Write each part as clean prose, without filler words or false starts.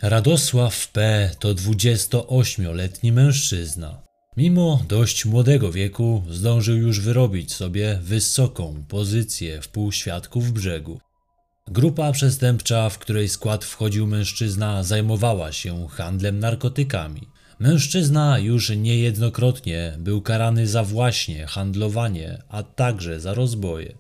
Radosław P. to 28-letni mężczyzna. Mimo dość młodego wieku zdążył już wyrobić sobie wysoką pozycję w półświadku brzegu. Grupa przestępcza, w której skład wchodził mężczyzna, zajmowała się handlem narkotykami. Mężczyzna już niejednokrotnie był karany za właśnie handlowanie, a także za rozboje.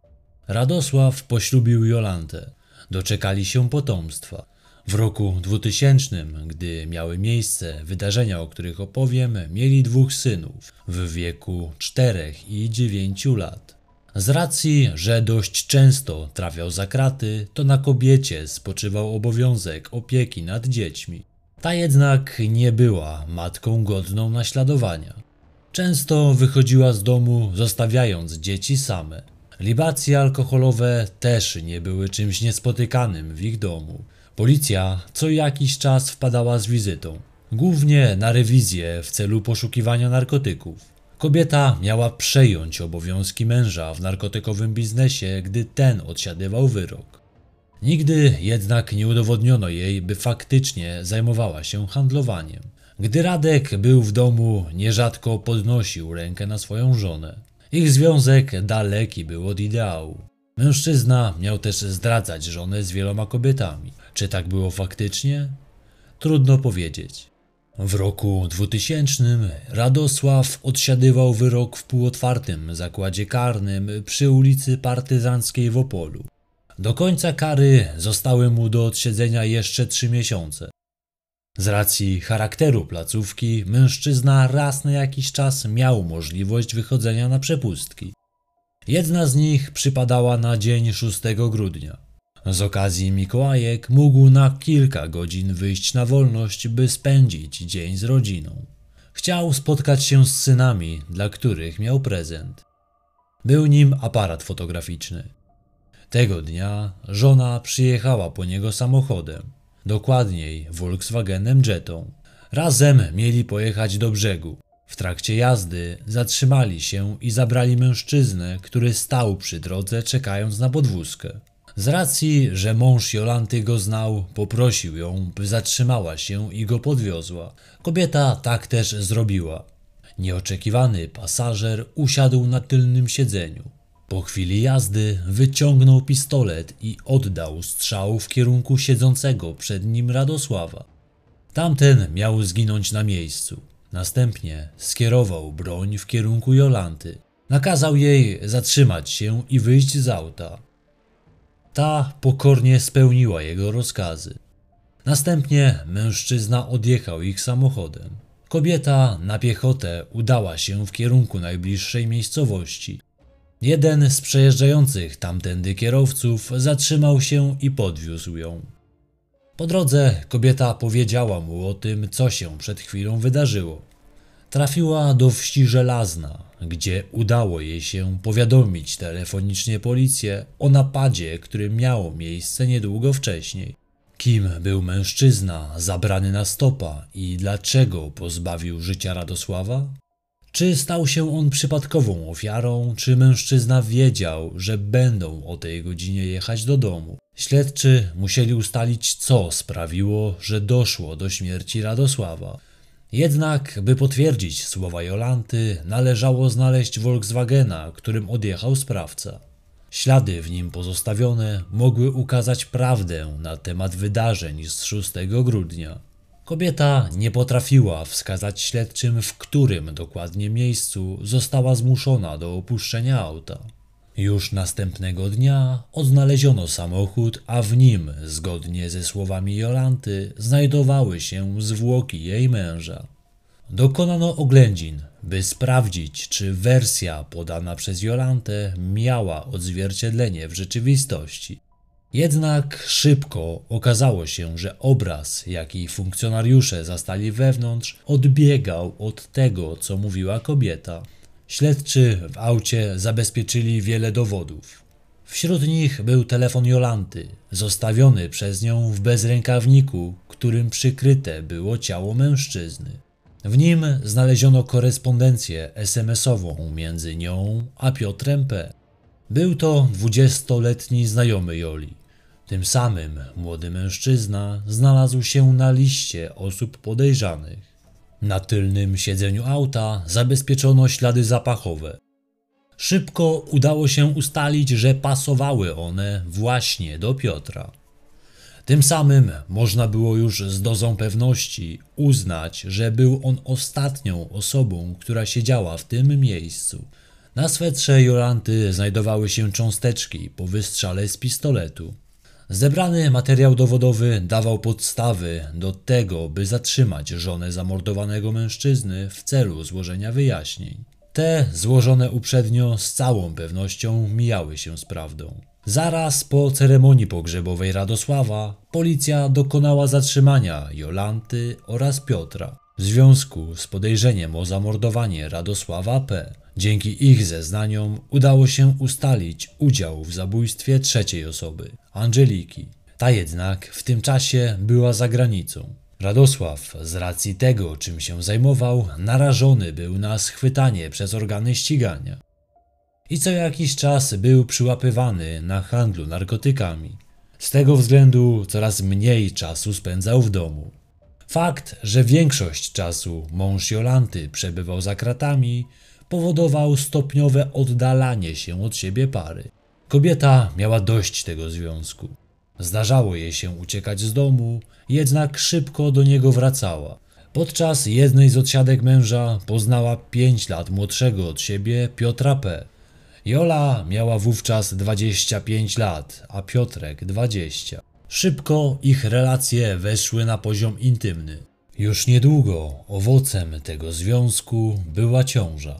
Radosław poślubił Jolantę. Doczekali się potomstwa. W roku 2000, gdy miały miejsce wydarzenia, o których opowiem, mieli 2 synów w wieku 4 i 9 lat. Z racji, że dość często trafiał za kraty, to na kobiecie spoczywał obowiązek opieki nad dziećmi. Ta jednak nie była matką godną naśladowania. Często wychodziła z domu, zostawiając dzieci same. Libacje alkoholowe też nie były czymś niespotykanym w ich domu. Policja co jakiś czas wpadała z wizytą, głównie na rewizję w celu poszukiwania narkotyków. Kobieta miała przejąć obowiązki męża w narkotykowym biznesie, gdy ten odsiadywał wyrok. Nigdy jednak nie udowodniono jej, by faktycznie zajmowała się handlowaniem. Gdy Radek był w domu, nierzadko podnosił rękę na swoją żonę. Ich związek daleki był od ideału. Mężczyzna miał też zdradzać żonę z wieloma kobietami. Czy tak było faktycznie? Trudno powiedzieć. W roku 2000 Radosław odsiadywał wyrok w półotwartym zakładzie karnym przy ulicy Partyzanckiej w Opolu. Do końca kary zostały mu do odsiedzenia jeszcze 3 miesiące. Z racji charakteru placówki mężczyzna raz na jakiś czas miał możliwość wychodzenia na przepustki. Jedna z nich przypadała na dzień 6 grudnia. Z okazji Mikołajek mógł na kilka godzin wyjść na wolność, by spędzić dzień z rodziną. Chciał spotkać się z synami, dla których miał prezent. Był nim aparat fotograficzny. Tego dnia żona przyjechała po niego samochodem, dokładniej Volkswagenem Jettą. Razem mieli pojechać do brzegu. W trakcie jazdy zatrzymali się i zabrali mężczyznę, który stał przy drodze, czekając na podwózkę. Z racji, że mąż Jolanty go znał, poprosił ją, by zatrzymała się i go podwiozła. Kobieta tak też zrobiła. Nieoczekiwany pasażer usiadł na tylnym siedzeniu. Po chwili jazdy wyciągnął pistolet i oddał strzał w kierunku siedzącego przed nim Radosława. Tamten miał zginąć na miejscu. Następnie skierował broń w kierunku Jolanty. Nakazał jej zatrzymać się i wyjść z auta. Ta pokornie spełniła jego rozkazy. Następnie mężczyzna odjechał ich samochodem. Kobieta na piechotę udała się w kierunku najbliższej miejscowości. Jeden z przejeżdżających tamtędy kierowców zatrzymał się i podwiózł ją. Po drodze kobieta powiedziała mu o tym, co się przed chwilą wydarzyło. Trafiła do wsi Żelazna, gdzie udało jej się powiadomić telefonicznie policję o napadzie, który miało miejsce niedługo wcześniej. Kim był mężczyzna zabrany na stopa i dlaczego pozbawił życia Radosława? Czy stał się on przypadkową ofiarą, czy mężczyzna wiedział, że będą o tej godzinie jechać do domu? Śledczy musieli ustalić, co sprawiło, że doszło do śmierci Radosława. Jednak, by potwierdzić słowa Jolanty, należało znaleźć Volkswagena, którym odjechał sprawca. Ślady w nim pozostawione mogły ukazać prawdę na temat wydarzeń z 6 grudnia. Kobieta nie potrafiła wskazać śledczym, w którym dokładnie miejscu została zmuszona do opuszczenia auta. Już następnego dnia odnaleziono samochód, a w nim, zgodnie ze słowami Jolanty, znajdowały się zwłoki jej męża. Dokonano oględzin, by sprawdzić, czy wersja podana przez Jolantę miała odzwierciedlenie w rzeczywistości. Jednak szybko okazało się, że obraz, jaki funkcjonariusze zastali wewnątrz, odbiegał od tego, co mówiła kobieta. Śledczy w aucie zabezpieczyli wiele dowodów. Wśród nich był telefon Jolanty, zostawiony przez nią w bezrękawniku, którym przykryte było ciało mężczyzny. W nim znaleziono korespondencję SMS-ową między nią a Piotrem P. Był to 20-letni znajomy Joli. Tym samym młody mężczyzna znalazł się na liście osób podejrzanych. Na tylnym siedzeniu auta zabezpieczono ślady zapachowe. Szybko udało się ustalić, że pasowały one właśnie do Piotra. Tym samym można było już z dozą pewności uznać, że był on ostatnią osobą, która siedziała w tym miejscu. Na swetrze Jolanty znajdowały się cząsteczki po wystrzale z pistoletu. Zebrany materiał dowodowy dawał podstawy do tego, by zatrzymać żonę zamordowanego mężczyzny w celu złożenia wyjaśnień. Te złożone uprzednio z całą pewnością mijały się z prawdą. Zaraz po ceremonii pogrzebowej Radosława policja dokonała zatrzymania Jolanty oraz Piotra w związku z podejrzeniem o zamordowanie Radosława P. Dzięki ich zeznaniom udało się ustalić udział w zabójstwie trzeciej osoby, Angeliki. Ta jednak w tym czasie była za granicą. Radosław z racji tego, czym się zajmował, narażony był na schwytanie przez organy ścigania. I co jakiś czas był przyłapywany na handlu narkotykami. Z tego względu coraz mniej czasu spędzał w domu. Fakt, że większość czasu mąż Jolanty przebywał za kratami, powodował stopniowe oddalanie się od siebie pary. Kobieta miała dość tego związku. Zdarzało jej się uciekać z domu, jednak szybko do niego wracała. Podczas jednej z odsiadek męża poznała 5 lat młodszego od siebie Piotra P. Jola miała wówczas 25 lat, a Piotrek 20. Szybko ich relacje weszły na poziom intymny. Już niedługo owocem tego związku była ciąża.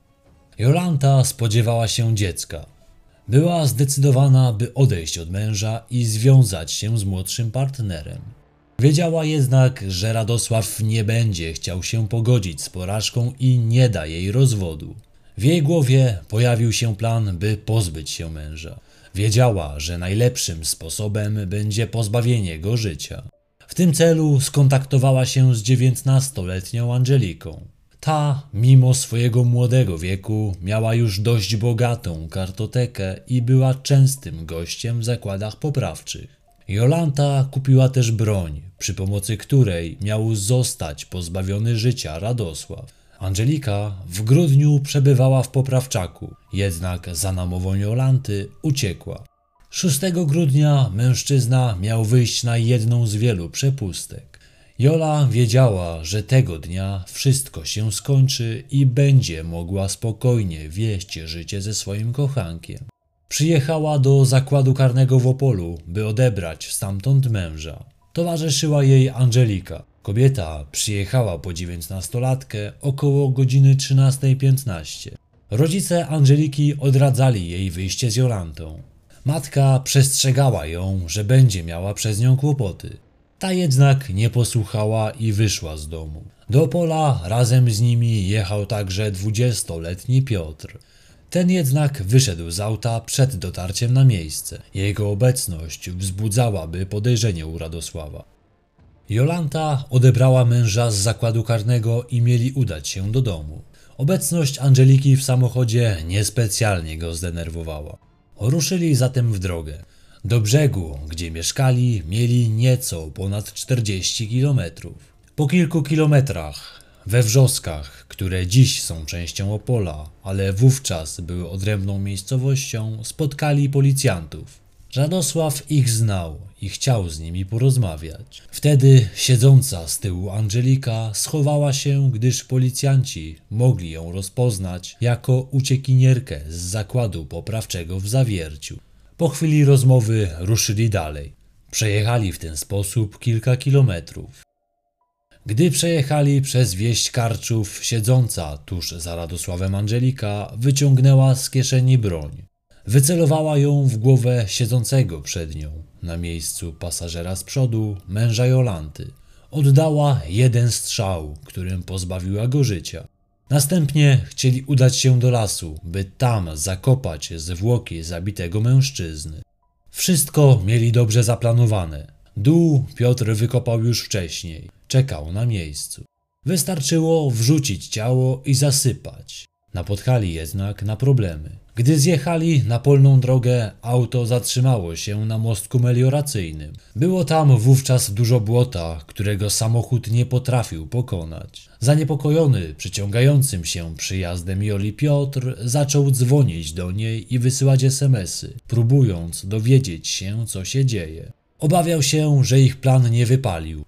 Jolanta spodziewała się dziecka. Była zdecydowana, by odejść od męża i związać się z młodszym partnerem. Wiedziała jednak, że Radosław nie będzie chciał się pogodzić z porażką i nie da jej rozwodu. W jej głowie pojawił się plan, by pozbyć się męża. Wiedziała, że najlepszym sposobem będzie pozbawienie go życia. W tym celu skontaktowała się z 19-letnią Angeliką. Ta, mimo swojego młodego wieku, miała już dość bogatą kartotekę i była częstym gościem w zakładach poprawczych. Jolanta kupiła też broń, przy pomocy której miał zostać pozbawiony życia Radosław. Angelika w grudniu przebywała w poprawczaku, jednak za namową Jolanty uciekła. 6 grudnia mężczyzna miał wyjść na jedną z wielu przepustek. Jola wiedziała, że tego dnia wszystko się skończy i będzie mogła spokojnie wieść życie ze swoim kochankiem. Przyjechała do zakładu karnego w Opolu, by odebrać stamtąd męża. Towarzyszyła jej Angelika. Kobieta przyjechała po 19-latkę około godziny 13:15. Rodzice Angeliki odradzali jej wyjście z Jolantą. Matka przestrzegała ją, że będzie miała przez nią kłopoty. Ta jednak nie posłuchała i wyszła z domu. Do Opola razem z nimi jechał także 20-letni Piotr. Ten jednak wyszedł z auta przed dotarciem na miejsce. Jego obecność wzbudzałaby podejrzenie u Radosława. Jolanta odebrała męża z zakładu karnego i mieli udać się do domu. Obecność Angeliki w samochodzie niespecjalnie go zdenerwowała. Ruszyli zatem w drogę. Do brzegu, gdzie mieszkali, mieli nieco ponad 40 kilometrów. Po kilku kilometrach, we Wrzoskach, które dziś są częścią Opola, ale wówczas były odrębną miejscowością, spotkali policjantów. Radosław ich znał i chciał z nimi porozmawiać. Wtedy siedząca z tyłu Angelika schowała się, gdyż policjanci mogli ją rozpoznać jako uciekinierkę z zakładu poprawczego w Zawierciu. Po chwili rozmowy ruszyli dalej. Przejechali w ten sposób kilka kilometrów. Gdy przejechali przez wieś Karczów, siedząca tuż za Radosławem Angelika wyciągnęła z kieszeni broń. Wycelowała ją w głowę siedzącego przed nią, na miejscu pasażera z przodu, męża Jolanty. Oddała jeden strzał, którym pozbawiła go życia. Następnie chcieli udać się do lasu, by tam zakopać zwłoki zabitego mężczyzny. Wszystko mieli dobrze zaplanowane. Dół Piotr wykopał już wcześniej, czekał na miejscu. Wystarczyło wrzucić ciało i zasypać. Napotkali jednak na problemy. Gdy zjechali na polną drogę, auto zatrzymało się na mostku melioracyjnym. Było tam wówczas dużo błota, którego samochód nie potrafił pokonać. Zaniepokojony przyciągającym się przyjazdem Joli Piotr zaczął dzwonić do niej i wysyłać SMS-y, próbując dowiedzieć się, co się dzieje. Obawiał się, że ich plan nie wypalił.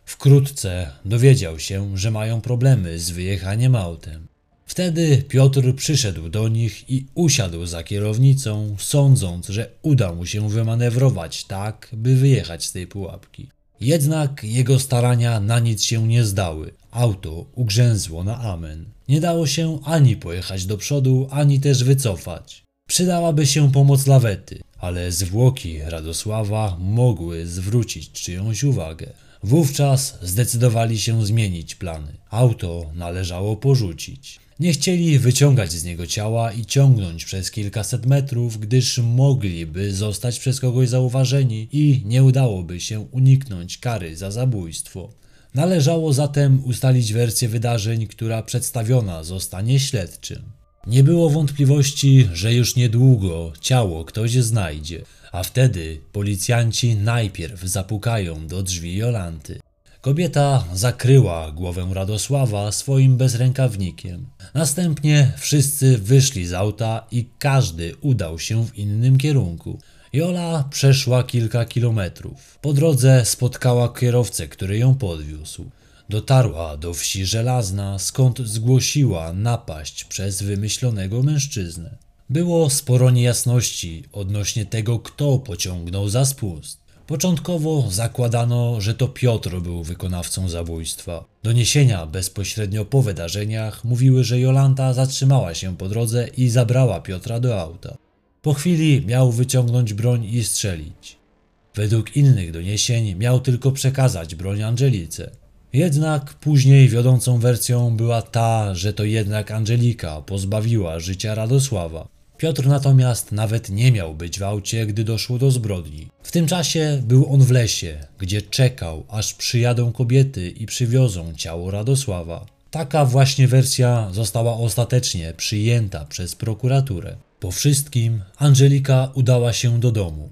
Wkrótce dowiedział się, że mają problemy z wyjechaniem autem. Wtedy Piotr przyszedł do nich i usiadł za kierownicą, sądząc, że uda mu się wymanewrować tak, by wyjechać z tej pułapki. Jednak jego starania na nic się nie zdały. Auto ugrzęzło na amen. Nie dało się ani pojechać do przodu, ani też wycofać. Przydałaby się pomoc lawety, ale zwłoki Radosława mogły zwrócić czyjąś uwagę. Wówczas zdecydowali się zmienić plany. Auto należało porzucić. Nie chcieli wyciągać z niego ciała i ciągnąć przez kilkaset metrów, gdyż mogliby zostać przez kogoś zauważeni i nie udałoby się uniknąć kary za zabójstwo. Należało zatem ustalić wersję wydarzeń, która przedstawiona zostanie śledczym. Nie było wątpliwości, że już niedługo ciało ktoś znajdzie, a wtedy policjanci najpierw zapukają do drzwi Jolanty. Kobieta zakryła głowę Radosława swoim bezrękawnikiem. Następnie wszyscy wyszli z auta i każdy udał się w innym kierunku. Jola przeszła kilka kilometrów. Po drodze spotkała kierowcę, który ją podwiózł. Dotarła do wsi Żelazna, skąd zgłosiła napaść przez wymyślonego mężczyznę. Było sporo niejasności odnośnie tego, kto pociągnął za spust. Początkowo zakładano, że to Piotr był wykonawcą zabójstwa. Doniesienia bezpośrednio po wydarzeniach mówiły, że Jolanta zatrzymała się po drodze i zabrała Piotra do auta. Po chwili miał wyciągnąć broń i strzelić. Według innych doniesień miał tylko przekazać broń Angelice. Jednak później wiodącą wersją była ta, że to jednak Angelika pozbawiła życia Radosława. Piotr natomiast nawet nie miał być w aucie, gdy doszło do zbrodni. W tym czasie był on w lesie, gdzie czekał, aż przyjadą kobiety i przywiozą ciało Radosława. Taka właśnie wersja została ostatecznie przyjęta przez prokuraturę. Po wszystkim Angelika udała się do domu.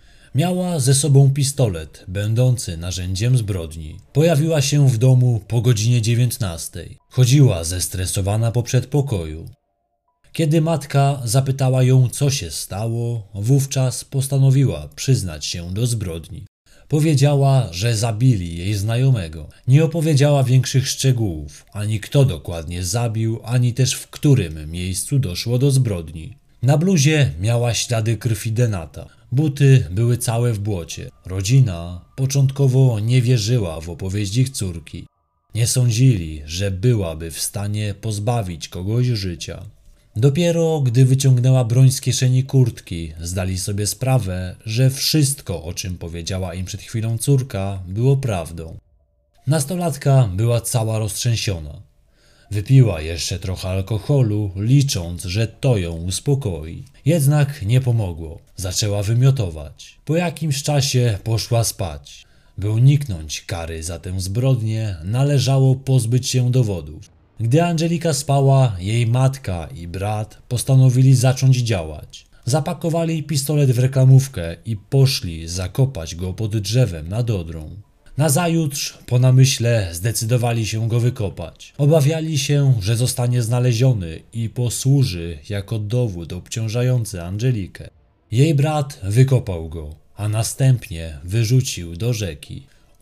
Miała ze sobą pistolet, będący narzędziem zbrodni. Pojawiła się w domu po godzinie 19. Chodziła zestresowana po przedpokoju. Kiedy matka zapytała ją, co się stało, wówczas postanowiła przyznać się do zbrodni. Powiedziała, że zabili jej znajomego. Nie opowiedziała większych szczegółów, ani kto dokładnie zabił, ani też w którym miejscu doszło do zbrodni. Na bluzie miała ślady krwi Denata. Buty były całe w błocie. Rodzina początkowo nie wierzyła w opowieść ich córki. Nie sądzili, że byłaby w stanie pozbawić kogoś życia. Dopiero gdy wyciągnęła broń z kieszeni kurtki, zdali sobie sprawę, że wszystko, o czym powiedziała im przed chwilą córka, było prawdą. Nastolatka była cała roztrzęsiona. Wypiła jeszcze trochę alkoholu, licząc, że to ją uspokoi. Jednak nie pomogło. Zaczęła wymiotować. Po jakimś czasie poszła spać. By uniknąć kary za tę zbrodnię, należało pozbyć się dowodów. Gdy Angelika spała, jej matka i brat postanowili zacząć działać. Zapakowali pistolet w reklamówkę i poszli zakopać go pod drzewem nad Odrą. Nazajutrz, po namyśle, zdecydowali się go wykopać. Obawiali się, że zostanie znaleziony i posłuży jako dowód obciążający Angelikę. Jej brat wykopał go, a następnie wyrzucił do rzeki.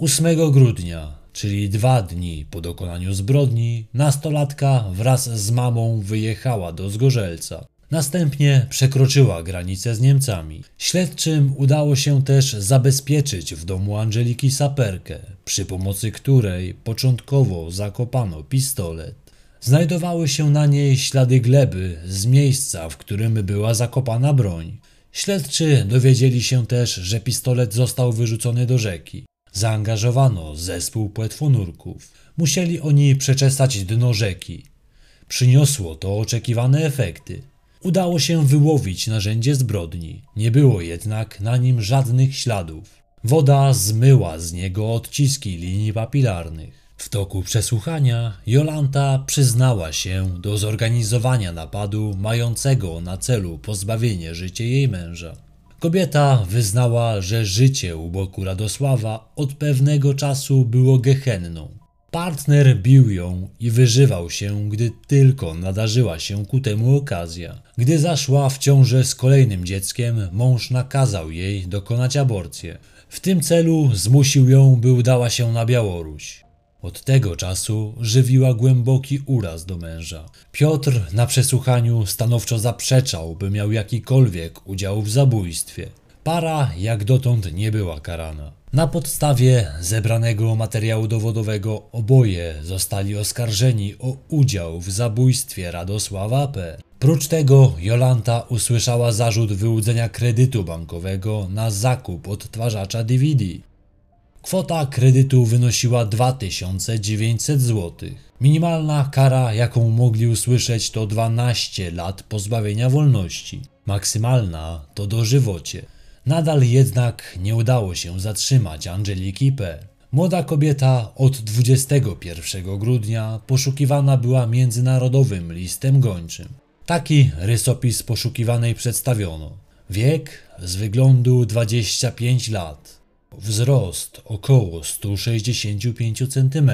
8 grudnia, czyli 2 dni po dokonaniu zbrodni, nastolatka wraz z mamą wyjechała do Zgorzelca. Następnie przekroczyła granicę z Niemcami. Śledczym udało się też zabezpieczyć w domu Angeliki saperkę, przy pomocy której początkowo zakopano pistolet. Znajdowały się na niej ślady gleby z miejsca, w którym była zakopana broń. Śledczy dowiedzieli się też, że pistolet został wyrzucony do rzeki. Zaangażowano zespół płetwonurków. Musieli oni przeczesać dno rzeki. Przyniosło to oczekiwane efekty. Udało się wyłowić narzędzie zbrodni. Nie było jednak na nim żadnych śladów. Woda zmyła z niego odciski linii papilarnych. W toku przesłuchania Jolanta przyznała się do zorganizowania napadu mającego na celu pozbawienie życia jej męża. Kobieta wyznała, że życie u boku Radosława od pewnego czasu było gehenną. Partner bił ją i wyżywał się, gdy tylko nadarzyła się ku temu okazja. Gdy zaszła w ciążę z kolejnym dzieckiem, mąż nakazał jej dokonać aborcję. W tym celu zmusił ją, by udała się na Białoruś. Od tego czasu żywiła głęboki uraz do męża. Piotr na przesłuchaniu stanowczo zaprzeczał, by miał jakikolwiek udział w zabójstwie. Para jak dotąd nie była karana. Na podstawie zebranego materiału dowodowego oboje zostali oskarżeni o udział w zabójstwie Radosława P. Prócz tego Jolanta usłyszała zarzut wyłudzenia kredytu bankowego na zakup odtwarzacza DVD. Kwota kredytu wynosiła 2900 zł. Minimalna kara, jaką mogli usłyszeć, to 12 lat pozbawienia wolności. Maksymalna to dożywocie. Nadal jednak nie udało się zatrzymać Angeliki P. Młoda kobieta od 21 grudnia poszukiwana była międzynarodowym listem gończym. Taki rysopis poszukiwanej przedstawiono. Wiek z wyglądu 25 lat. Wzrost około 165 cm.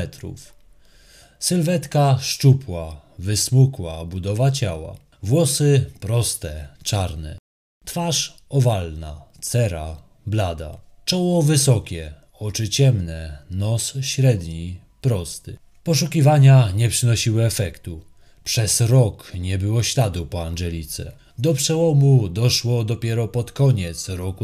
Sylwetka szczupła, wysmukła budowa ciała. Włosy proste, czarne. Twarz owalna, cera blada. Czoło wysokie, oczy ciemne, nos średni, prosty. Poszukiwania nie przynosiły efektu. Przez rok nie było śladu po Angelice. Do przełomu doszło dopiero pod koniec roku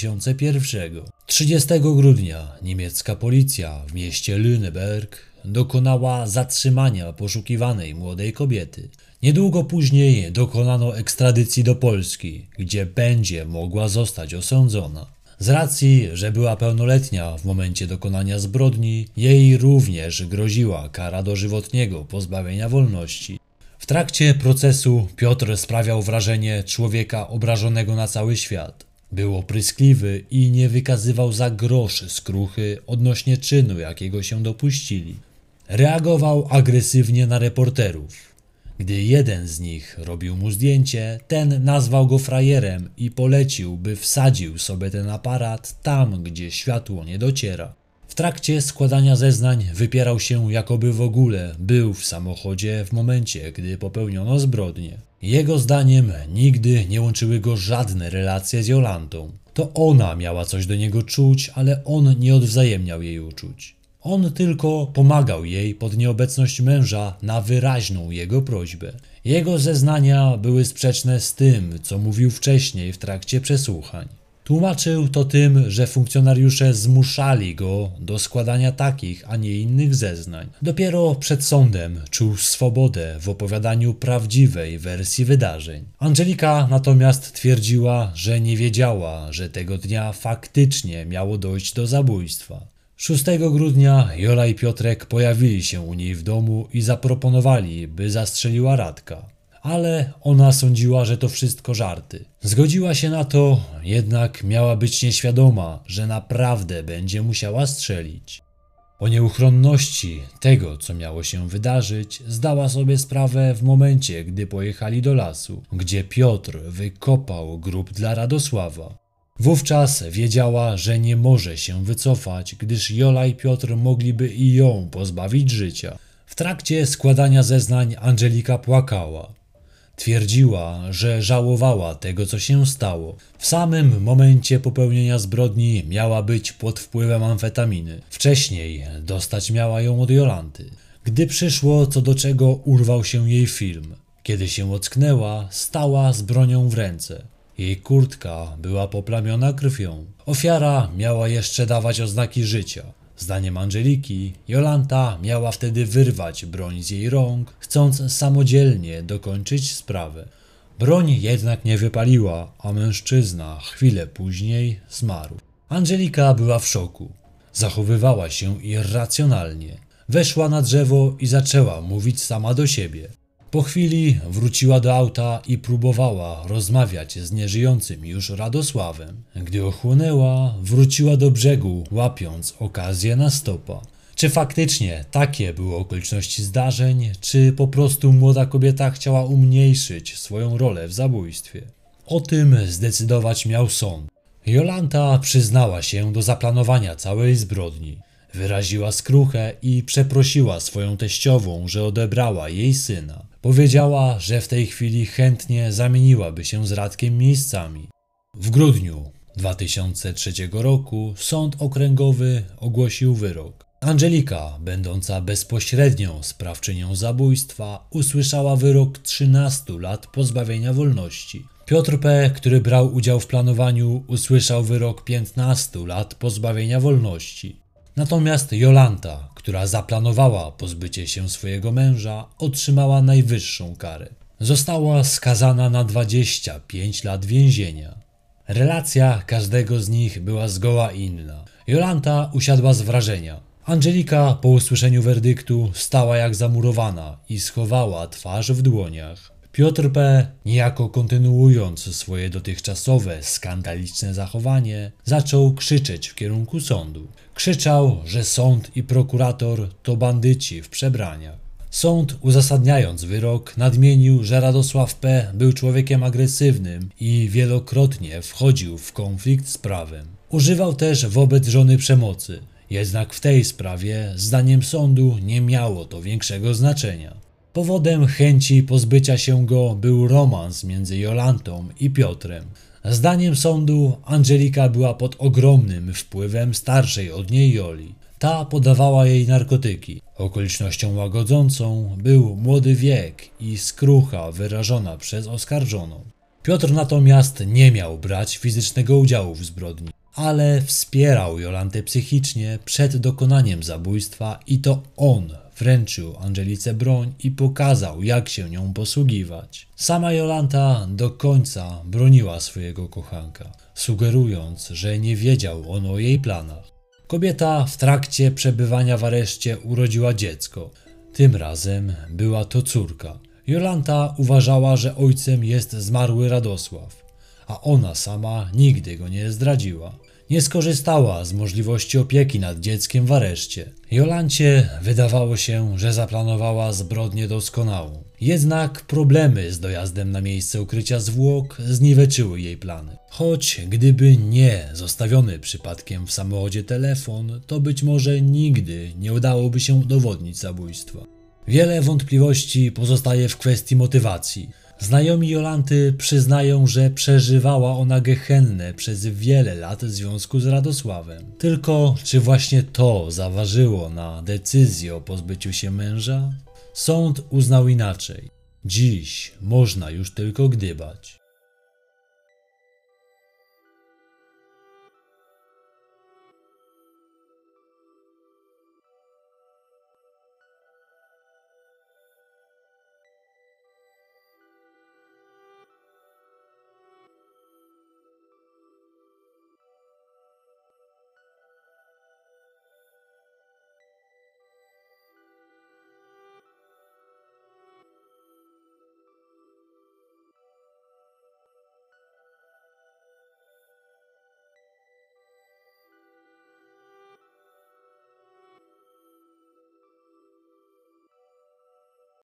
2001. 30 grudnia niemiecka policja w mieście Lüneburg dokonała zatrzymania poszukiwanej młodej kobiety. Niedługo później dokonano ekstradycji do Polski, gdzie będzie mogła zostać osądzona. Z racji, że była pełnoletnia w momencie dokonania zbrodni, jej również groziła kara dożywotniego pozbawienia wolności. W trakcie procesu Piotr sprawiał wrażenie człowieka obrażonego na cały świat. Był opryskliwy i nie wykazywał za grosz skruchy odnośnie czynu, jakiego się dopuścili. Reagował agresywnie na reporterów. Gdy jeden z nich robił mu zdjęcie, ten nazwał go frajerem i polecił, by wsadził sobie ten aparat tam, gdzie światło nie dociera. W trakcie składania zeznań wypierał się, jakoby w ogóle był w samochodzie w momencie, gdy popełniono zbrodnię. Jego zdaniem nigdy nie łączyły go żadne relacje z Jolantą. To ona miała coś do niego czuć, ale on nie odwzajemniał jej uczuć. On tylko pomagał jej pod nieobecność męża na wyraźną jego prośbę. Jego zeznania były sprzeczne z tym, co mówił wcześniej w trakcie przesłuchań. Tłumaczył to tym, że funkcjonariusze zmuszali go do składania takich, a nie innych zeznań. Dopiero przed sądem czuł swobodę w opowiadaniu prawdziwej wersji wydarzeń. Angelika natomiast twierdziła, że nie wiedziała, że tego dnia faktycznie miało dojść do zabójstwa. 6 grudnia Jola i Piotrek pojawili się u niej w domu i zaproponowali, by zastrzeliła Radka. Ale ona sądziła, że to wszystko żarty. Zgodziła się na to, jednak miała być nieświadoma, że naprawdę będzie musiała strzelić. O nieuchronności tego, co miało się wydarzyć, zdała sobie sprawę w momencie, gdy pojechali do lasu, gdzie Piotr wykopał grób dla Radosława. Wówczas wiedziała, że nie może się wycofać, gdyż Jola i Piotr mogliby i ją pozbawić życia. W trakcie składania zeznań Angelika płakała. Twierdziła, że żałowała tego, co się stało. W samym momencie popełnienia zbrodni miała być pod wpływem amfetaminy. Wcześniej dostać miała ją od Jolanty. Gdy przyszło co do czego, urwał się jej film. Kiedy się ocknęła, stała z bronią w ręce. Jej kurtka była poplamiona krwią. Ofiara miała jeszcze dawać oznaki życia. Zdaniem Angeliki, Jolanta miała wtedy wyrwać broń z jej rąk, chcąc samodzielnie dokończyć sprawę. Broń jednak nie wypaliła, a mężczyzna chwilę później zmarł. Angelika była w szoku. Zachowywała się irracjonalnie. Weszła na drzewo i zaczęła mówić sama do siebie. Po chwili wróciła do auta i próbowała rozmawiać z nieżyjącym już Radosławem. Gdy ochłonęła, wróciła do brzegu, łapiąc okazję na stopa. Czy faktycznie takie były okoliczności zdarzeń, czy po prostu młoda kobieta chciała umniejszyć swoją rolę w zabójstwie? O tym zdecydować miał sąd. Jolanta przyznała się do zaplanowania całej zbrodni. Wyraziła skruchę i przeprosiła swoją teściową, że odebrała jej syna. Powiedziała, że w tej chwili chętnie zamieniłaby się z Radkiem miejscami. W grudniu 2003 roku Sąd Okręgowy ogłosił wyrok. Angelika, będąca bezpośrednią sprawczynią zabójstwa, usłyszała wyrok 13 lat pozbawienia wolności. Piotr P., który brał udział w planowaniu, usłyszał wyrok 15 lat pozbawienia wolności. Natomiast Jolanta, która zaplanowała pozbycie się swojego męża, otrzymała najwyższą karę. Została skazana na 25 lat więzienia. Relacja każdego z nich była zgoła inna. Jolanta usiadła z wrażenia. Angelika po usłyszeniu werdyktu stała jak zamurowana i schowała twarz w dłoniach. Piotr P., niejako kontynuując swoje dotychczasowe skandaliczne zachowanie, zaczął krzyczeć w kierunku sądu. Krzyczał, że sąd i prokurator to bandyci w przebraniach. Sąd, uzasadniając wyrok, nadmienił, że Radosław P. był człowiekiem agresywnym i wielokrotnie wchodził w konflikt z prawem. Używał też wobec żony przemocy. Jednak w tej sprawie, zdaniem sądu, nie miało to większego znaczenia. Powodem chęci pozbycia się go był romans między Jolantą i Piotrem. Zdaniem sądu Angelika była pod ogromnym wpływem starszej od niej Joli. Ta podawała jej narkotyki. Okolicznością łagodzącą był młody wiek i skrucha wyrażona przez oskarżoną. Piotr natomiast nie miał brać fizycznego udziału w zbrodni, ale wspierał Jolantę psychicznie przed dokonaniem zabójstwa i to on wręczył Angelice broń i pokazał, jak się nią posługiwać. Sama Jolanta do końca broniła swojego kochanka, sugerując, że nie wiedział on o jej planach. Kobieta w trakcie przebywania w areszcie urodziła dziecko. Tym razem była to córka. Jolanta uważała, że ojcem jest zmarły Radosław, a ona sama nigdy go nie zdradziła. Nie skorzystała z możliwości opieki nad dzieckiem w areszcie. Jolancie wydawało się, że zaplanowała zbrodnię doskonałą. Jednak problemy z dojazdem na miejsce ukrycia zwłok zniweczyły jej plany. Choć gdyby nie zostawiony przypadkiem w samochodzie telefon, to być może nigdy nie udałoby się udowodnić zabójstwa. Wiele wątpliwości pozostaje w kwestii motywacji. Znajomi Jolanty przyznają, że przeżywała ona gehennę przez wiele lat w związku z Radosławem. Tylko czy właśnie to zaważyło na decyzję o pozbyciu się męża? Sąd uznał inaczej. Dziś można już tylko gdybać.